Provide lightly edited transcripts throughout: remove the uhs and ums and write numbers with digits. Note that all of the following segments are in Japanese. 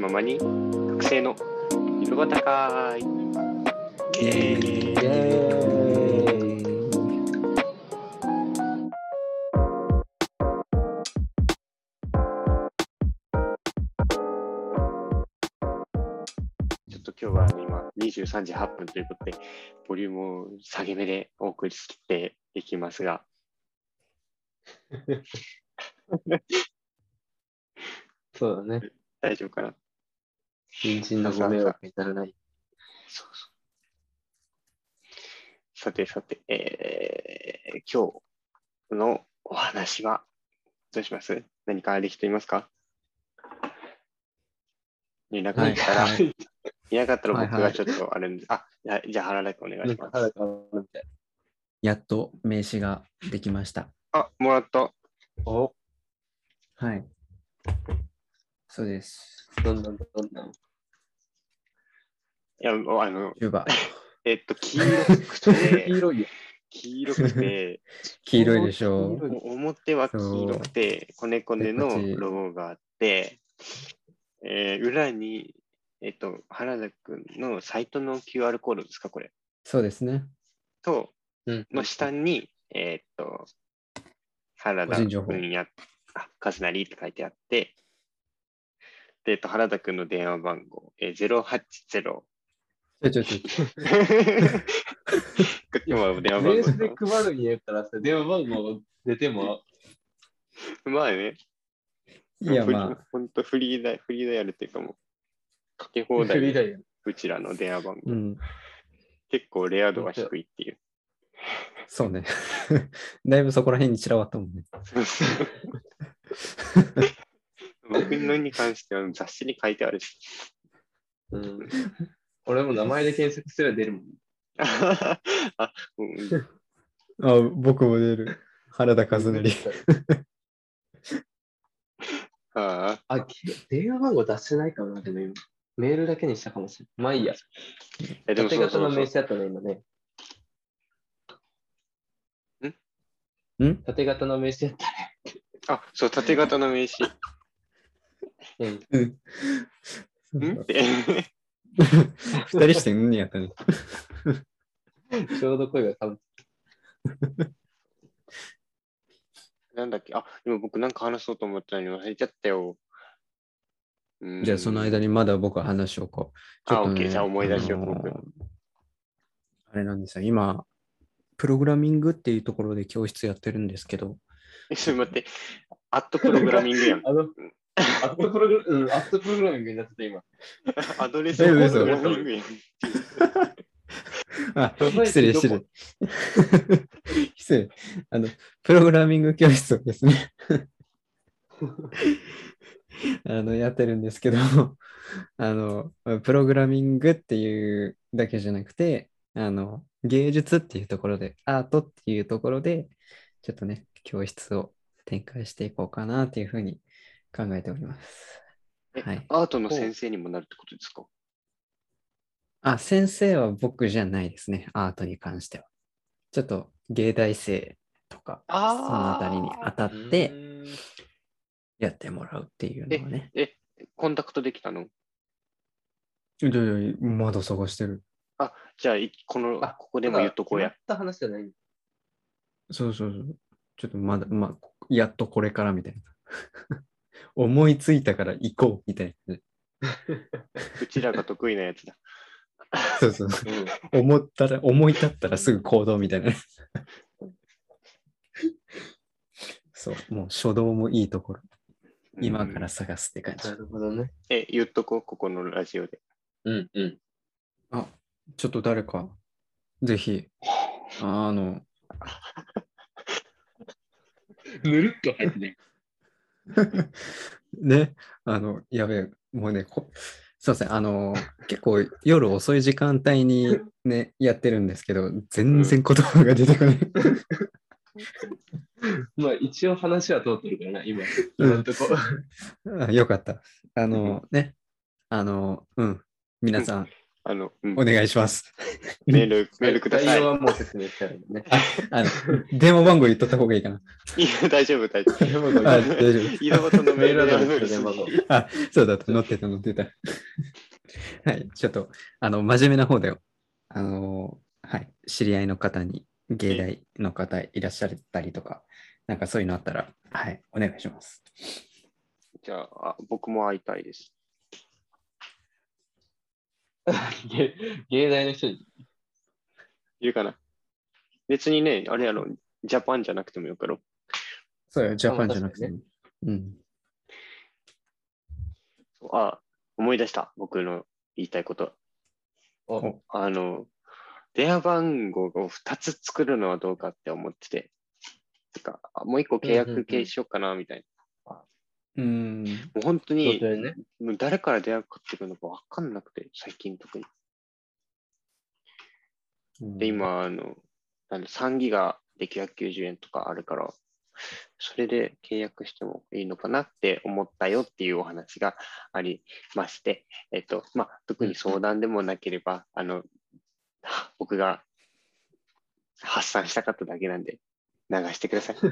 ままに学生の井戸端会イエーイ。ちょっと今日は今23時8分ということでボリュームを下げ目でお送りしていきますがそうだね。 大丈夫かな。 隣人のご迷惑にならない。 そうそう。さて、今日のお話はどうします？何かある人いますか？いなかったら、いなかったら僕がちょっとあれんで、じゃあ原田君お願いします。 やっと名刺ができました。 あ、もらった。 お、 はい。そうです。 どんなのいや、 キューバ。 黄色くて、 黄色いよ。 黄色くて、 黄色いでしょう。 表は黄色くて、こねこねのロゴがあって、裏に、原田くんのサイトの QR コードですか、これ。 そうですね。 と、の下に、原田くんや、カズナリって書いてあって、で、原田くんの電話番号、080。今は電話番号。 名刺で配るんやからさ、電話番号出ても。 まあね。 いや、まあ。 ほんとフリーダイヤルっていうかもう、かけ放題。うちらの電話番号。結構レア度は低いっていう。 そうね。だいぶそこら辺に散らばったもんね。 僕のに関しては雑誌に書いてあるし。 俺も名前で検索すれば出るもん。 僕も出る。原田和則。 電話番号出してないかな、でも今。メールだけにしたかもしれない。まあいいや。縦型の名刺だったね、今ね。縦型の名刺やったね。 あ、そう、縦型の名刺。 二人してんねやったね。 ちょうど声がかぶって。 なんだっけ、今僕なんか話そうと思ったのに忘れちゃったよ。 じゃあその間にまだ僕は話しようか。 OK、じゃあ思い出しよう、僕。 あれなんですよ。今、プログラミングっていうところで教室やってるんですけど。 ちょっと待って、アットプログラミングやん。 アットプログラミングになってた今。 アドレスプログラミングやん。 失礼。プログラミング教室をですねやってるんですけど、プログラミングっていうだけじゃなくて、芸術っていうところで、アートっていうところで、ちょっとね、教室を展開していこうかなっていうふうに考えております。 はい。アートの先生にもなるってことですか？ 先生は僕じゃないですね、アートに関しては。ちょっと芸大生とか、そのあたりに当たってやってもらうっていうのはね。 コンタクトできたの？ まだ探してる。 じゃあ、ここでも言っとこうや。 決まった話じゃない。 そう。ちょっとまだ、やっとこれからみたいな。思いついたから行こうみたいな。 うちらが得意なやつだ。 そう。思い立ったらすぐ行動みたいな。そう、もう初動もいいところ。今から探すって感じ。 なるほどね。 言っとこう、ここのラジオで。 ちょっと誰か、ぜひ、 ぬるっと入ってね。 ね、やべえ、もうね、すいません、結構夜遅い時間帯にね、やってるんですけど、全然言葉が出てこない。 まあ一応話は通ってるからな、今のとこ。 よかった。ね、皆さん、 お願いします。 メールください。 概要はもう説明してあるんでね。 電話番号言っとった方がいいかな。 いや、大丈夫、大丈夫。 大丈夫。 井戸端のメールアドでレスと電話番号。 そうだった、載ってた。はい、ちょっと、真面目な方だよ。はい、知り合いの方に、芸大の方いらっしゃったりとか、なんかそういうのあったら、はい、お願いします。 じゃあ、僕も会いたいです。 芸大の人に。 いるかな。別にね、あれジャパンじゃなくてもよかろ。 そうよ、ジャパンじゃなくても。うん。 思い出した。僕の言いたいこと。 お電話番号を2つ作るのはどうかって思ってて。もう1個契約形しようかな、みたいな。もう本当に、もう誰から電話かかってくるのかわかんなくて、最近特に。で、今、3ギガで990円とかあるから、それで契約してもいいのかなって思ったよっていうお話がありまして、特に相談でもなければ、僕が発散したかっただけなんで、流してください。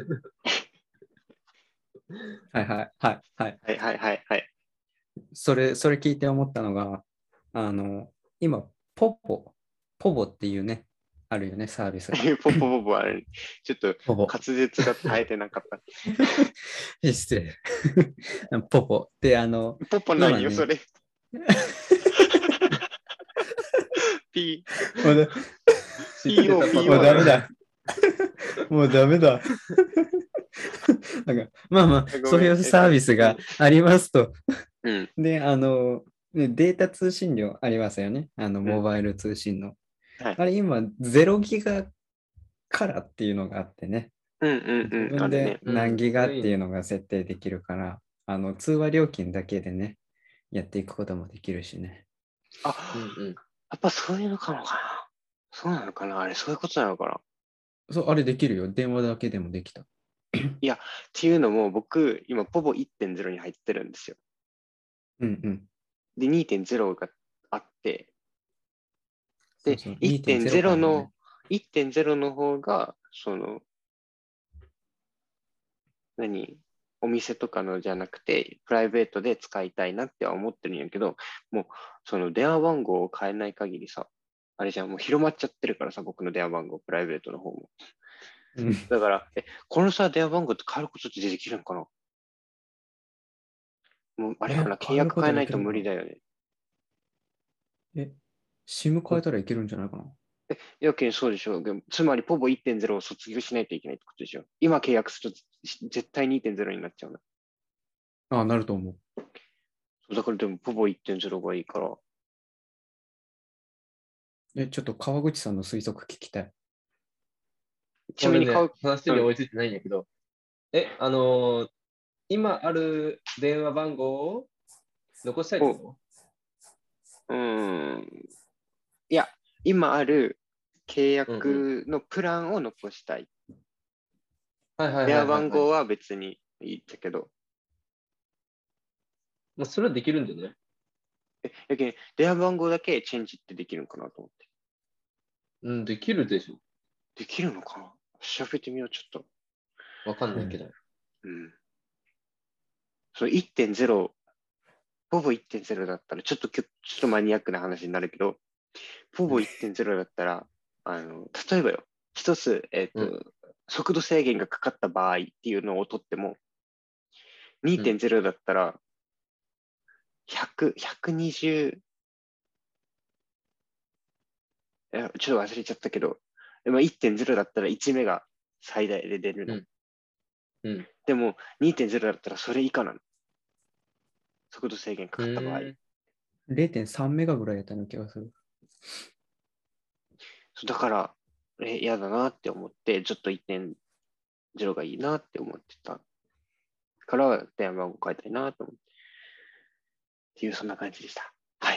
はいはいはいはい。 はいはいはいはい。 それ聞いて思ったのが、今、ポボっていうね、あるよね、サービスが。 ポポあれ、ちょっと滑舌が耐えてなかった。 失礼。ポポで、 ポポ何よ、 ね、 それ。ピー。 もうダメだ。もうダメだ。なんかまあまあ、そういうサービスがありますと。で、データ通信量ありますよね。モバイル通信の。あれ今、0ギガからっていうのがあってね。自分で何ギガっていうのが設定できるから、通話料金だけでね、やっていくこともできるしね。 やっぱそういうのかな。そうなのかな、あれ、そういうことなのかな。 そう、あれできるよ。電話だけでもできた。 いや、っていうのも僕、今、ポボ 1.0 に入ってるんですよ。で、2.0 があって、で、1.0 の方が、お店とかのじゃなくて、プライベートで使いたいなっては思ってるんやけど、もう、電話番号を変えない限りさ、あれじゃん、もう広まっちゃってるからさ、僕の電話番号、プライベートの方も。だから、このさ、電話番号って変えることってできるのかな。もう、あれかな、契約変えないと無理だよね。 SIM 変えたらいけるんじゃないかな。 やけんそうでしょう。つまり、ポボ 1.0 を卒業しないといけないってことでしょ。今契約すると絶対 2.0 になっちゃうな。 なると思う。だからでも、ポボ 1.0 がいいから。 ちょっと川口さんの推測聞きたい。 ちなみに話に追いついてないんだけど、今ある電話番号を残したいってこと？ いや、今ある契約のプランを残したい。電話番号は別にいいんだけど。 それはできるんだよね。 やけん、電話番号だけチェンジってできるのかなと思って。 できるでしょ。 できるのかな、調べてみよう、ちょっと。 わかんないけど。 その 1.0、ポボ 1.0 だったら、ちょっとマニアックな話になるけど、ポボ 1.0 だったら、例えばよ、一つ、速度制限がかかった場合っていうのを取っても、2.0 だったら、120、ちょっと忘れちゃったけど、1.0 だったら1メガ最大で出るの。でも、2.0 だったらそれ以下なの。速度制限かかった場合。 0.3 メガぐらいやったような気がする。 だから、嫌だなって思って、ちょっと 1.0 がいいなって思ってた。から、電話番号変えたいなと思って。っていう、そんな感じでした。はい。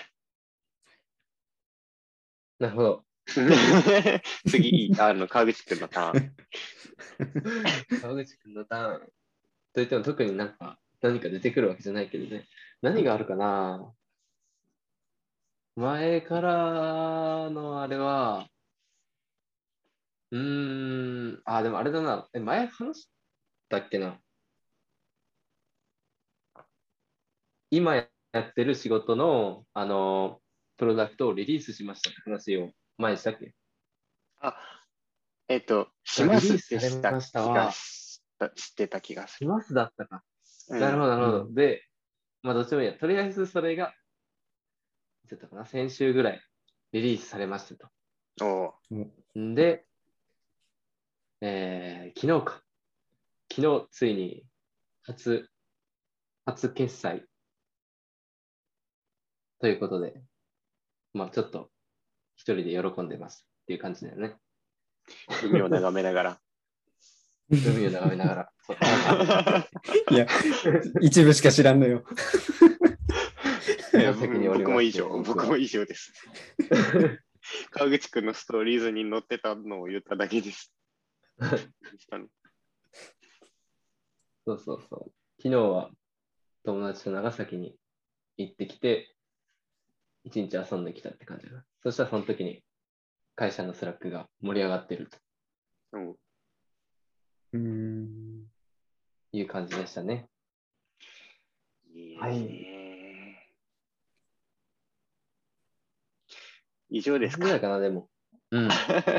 なるほど。 次、川口くんのターン。 川口くんのターン。といっても特に何か出てくるわけじゃないけどね。何があるかな。 前からのあれは、でもあれだな。前話したっけな。今やってる仕事の、プロダクトをリリースしましたって話を前にしたっけ？ あ、しリますっリースされてしたました気がわ。 してた気がすしますだったか。 る。 なるほど、なるほど。 うん。 で、まあどっちもいいや。とりあえずそれが、いつだったかな、先週ぐらいリリースされましたと。 おう。 んで、昨日か。昨日ついに初、初決済ということで、まあちょっと一人で喜んでますっていう感じだよね。 海を眺めながら。 海を眺めながら。そう長いや、一部しか知らんのよ。 崎におり僕ましても以上、僕も以上です。川口くんのストーリーズに載ってたのを言っただけです。 そうそうそう。昨日は友達と長崎に行ってきて、一日遊んできたって感じだな。そしたらその時に会社のスラックが盛り上がってるとうん。 いう感じでしたね。 いいですはい。 ね。以上ですか。 ぐらいかな、でも。うん。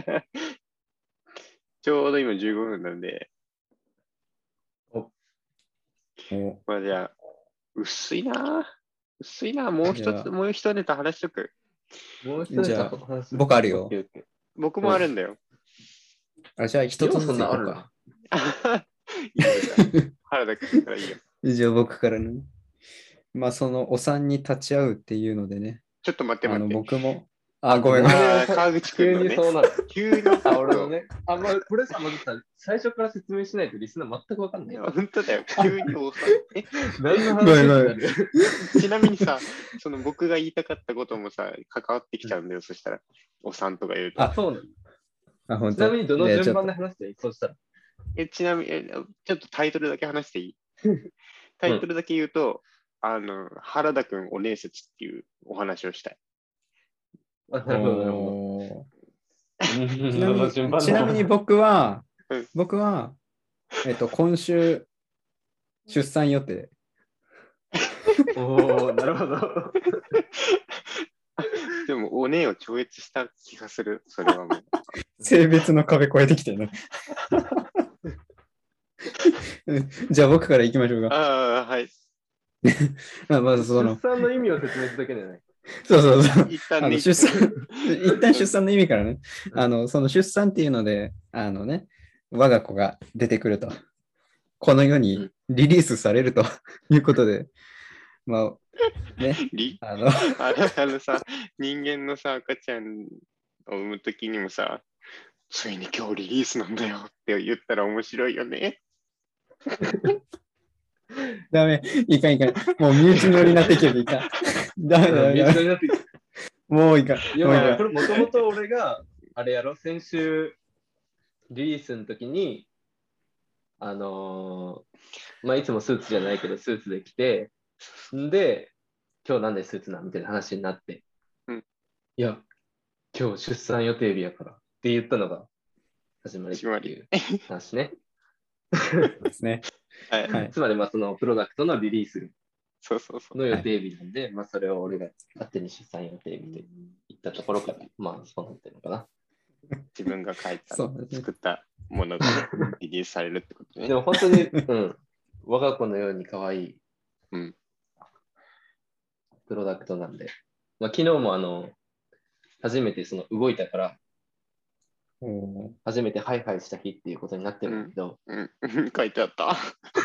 ちょうど今15分なんで、 おまあじゃあ、薄いな。薄いな。もう一つ、 じゃあ、 もう一ネタ話しとく。 もう一つじゃあ話す。 僕あるよ。 オッケーオッケー。 僕もあるんだよ。 じゃあ一つずようそんついこうか。 いなあるな。 いよ、じゃあ。原田君からいいよ。 じゃあ僕からね。まあそのお産に立ち会うっていうのでね。 ちょっと待って待って。 僕も、ごめんごめん。 あ川口くんのね。 急にそうなる。 急に。 俺のね。まあ、これさ、まずさ、最初から説明しないとリスナー全くわかんない。 本当だよ。急におさ何のごめんごめん話になる？ ちなみにさ、その僕が言いたかったこともさ、関わってきちゃうんだよ。そしたら、お産とか言うと。 そうなの。 本当。 ちなみにどの順番でで話していい？そうしたら。 ちなみに、ちょっとタイトルだけ話していい？タイトルだけ言うと、原田くんお姉説っていうお話をしたい。 なるほど、なるほど。 ちなみに、ちなみに僕は、今週、出産予定。 おー、なるほど。 でも、お姉を超越した気がする。それはもう。 性別の壁越えてきてるな。じゃあ僕から行きましょうか。 はい。 まずその出、産の意味を説明するだけだよね。 そうそうそう。 一旦ね、 一旦出産の意味からね、その出産っていうので、我が子が出てくると。この世にリリースされるということで、まあ、ね、 さ、人間のさ、赤ちゃんを産むときにもさ、ついに今日リリースなんだよって言ったら面白いよね。 ダメ、いかん。もう身内乗りになってきてる、いかん。ダメ。もういかん。 いや、これもともと俺が、あれやろ、先週、リリースの時に、まあ、いつもスーツじゃないけど、スーツで来て、んで、今日なんでスーツなんみたいな話になって、いや、今日出産予定日やからって言ったのが始まりっていう話ね。 ですね。 はい。 つまり、まあ、そのプロダクトのリリースそう。 の予定日なんで、まあ、それを俺が勝手に出産予定日で言ったところから、まあ、そうなってるのかな。 自分が書いた、 そうですね作ったものがリリースされるってことね。 でも本当に、我が子のように可愛い、プロダクトなんで。まあ、昨日も初めてその動いたから、初めてハイハイした日っていうことになってるんだけど、 書いてあった。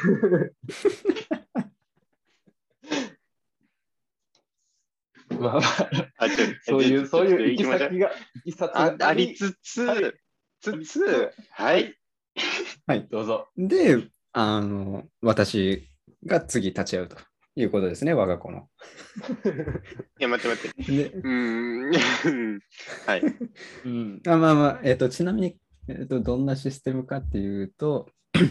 まあ、そういう行き先が、いきさつがありつつ、はい。 はい。 どうぞ。 で、私が次立ち会うということですね、我が子の。 いや、待って。はい。 ちなみに、どんなシステムかっていうと、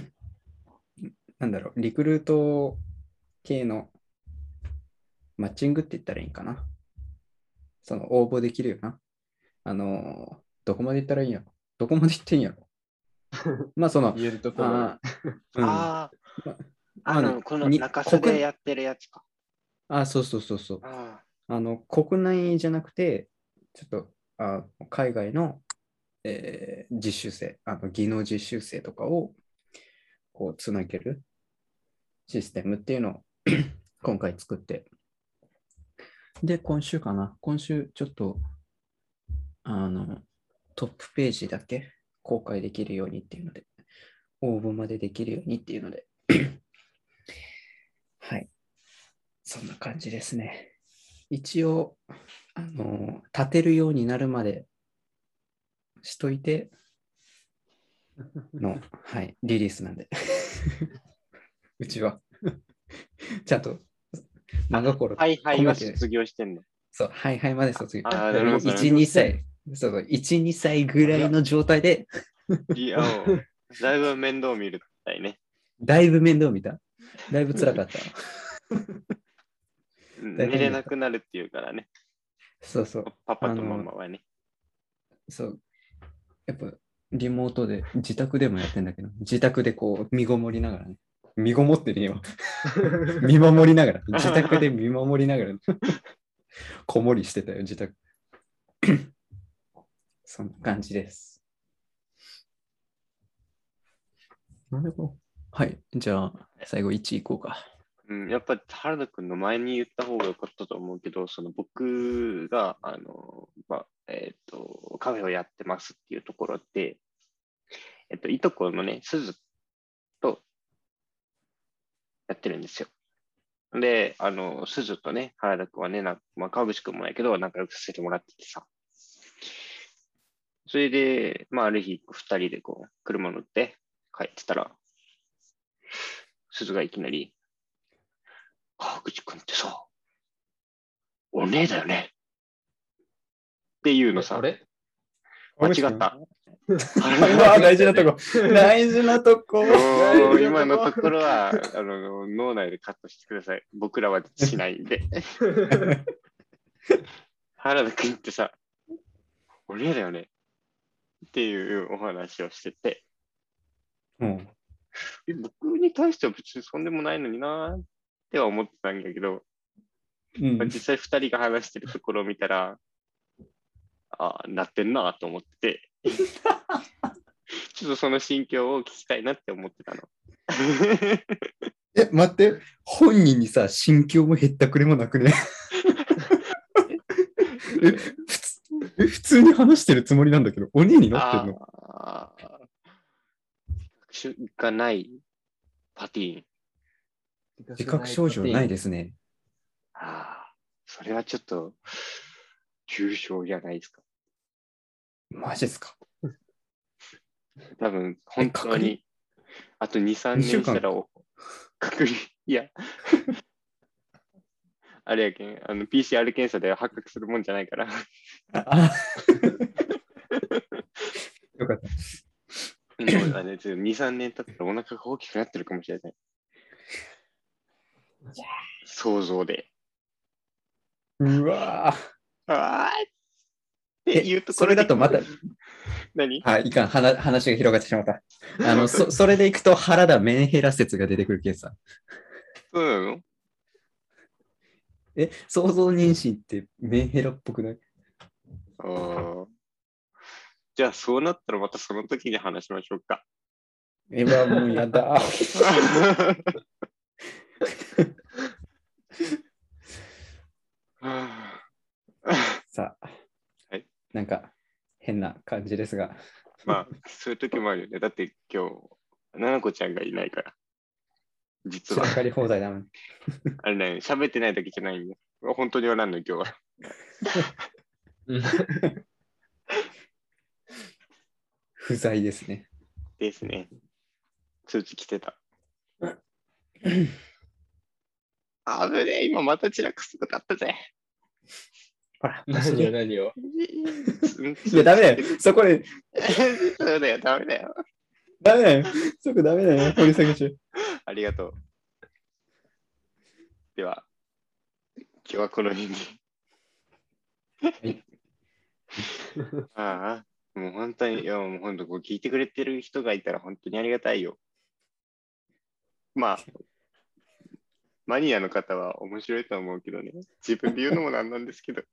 リクルート系のマッチングって言ったらいいんかな。 その応募できるよな。どこまで行ったらいいんやろ。どこまで行っていいんやろ。まあその、 言えるところ。 あうん。 あまあ、 まあこのに中洲でやってるやつか。 そうそうそうそう。 あ国内じゃなくて、ちょっと、海外の、実習生、技能実習生とかを、こう、つなげるシステムっていうのを今回作って。で、今週かな。今週、ちょっと、あの、トップページだけ公開できるようにっていうので、応募までできるようにっていうので、はい。そんな感じですね。一応、立てるようになるまでしといての、はい、リリースなんで。うちは。ちゃんと、真心はいはい込めて、 は卒業してんの。 そう、はいはいまで卒業。 ああ、なるほど。 1、2歳、そう、1、2歳ぐらいの状態で、 いや、もう、だいぶ面倒見るったいね。 だいぶ面倒見た。だいぶ辛かった。大寝れ変だった。 なくなるっていうからね。 そうそう。 パパとママはね。 そう。やっぱ、リモートで、自宅でもやってんだけど、自宅でこう、身ごもりながらね。身ごもってるよ。見守りながら。自宅で見守りながら、こもりしてたよ、自宅。そんな感じです。なんでこうはい。じゃあ、最後1位いこうか。 うん、やっぱ原田くんの前に言った方が良かったと思うけど、その僕が、カフェをやってますっていうところで、いとこのね、鈴とやってるんですよ。で、鈴とね、原田くんはね、川口くんもないけど、仲良くさせてもらっててさ。それで、まあ、ある日、二人でこう、車乗って帰ってたら、鈴がいきなり、川口くんってさ、お姉だよねっていうのさ、 あれ間違った。 うわ、大事なとこ。大事なとこ。 今のところは、脳内でカットしてください。僕らはしないんで。原田くんってさ、お姉だよねっていうお話をしてて、 うん。 僕に対しては別にそんでもないのになーっては思ってたんだけど、実際二人が話してるところを見たら、なってんなと思ってて、ちょっとその心境を聞きたいなって思ってたの。 待って。本人にさ、心境もへったくれもなくね。普通に話してるつもりなんだけど、お姉になってんの？ 自覚がないパティーン。 自覚症状ないですね。 それはちょっと、重症じゃないですか。 マジっすか？ 多分、本当に、あと2、3年したら隔離、いや、あれやけん、PCR 検査で発覚するもんじゃないから。よかった。 もう2、3年経ったらお腹が大きくなってるかもしれない。想像で。 うわーっていうところそれだとまた、 何いかん、話が広がってしまった。それでいくと原田メンヘラ説が出てくるケースさ。 そうなの？ 想像妊娠ってメンヘラっぽくない？ じゃあそうなったらまたその時に話しましょうか。 もうやだ。さあ、 はい、 なんか変な感じですが。 まあ、そういう時もあるよね。だって今日、ななこちゃんがいないから。実は。 散らかり放題だもん。 あれね、喋ってないだけじゃないんだ。本当におらんの、今日は。 不在ですね。 ですね。通知来てた。あぶねえ、今また散らかすことあったぜ。 ほら、 何を何を。 いや、ダメだよ。そこで。 そうだよ、ダメだよ。 ダメだよ。そこダメだよ。掘り下げちゃう。 ありがとう。では、今日はこの辺にいああ、もう本当に、いやもう本当こう聞いてくれてる人がいたら本当にありがたいよ。まあ、マニアの方は面白いと思うけどね。自分で言うのもなんなんですけど。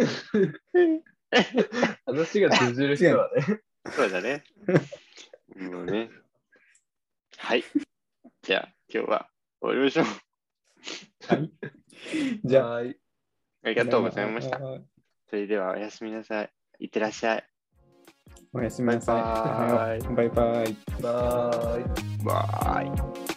話が通じる人はね。 そうだね。もうね。はい。じゃあ、今日は終わりましょう。 はい。じゃあ、 はい。 ありがとうございました。 ただいそれではおやすみなさい。いってらっしゃい。 まおやすみなさい。 バイバイおはようバイバイ。 バイ。 バイ。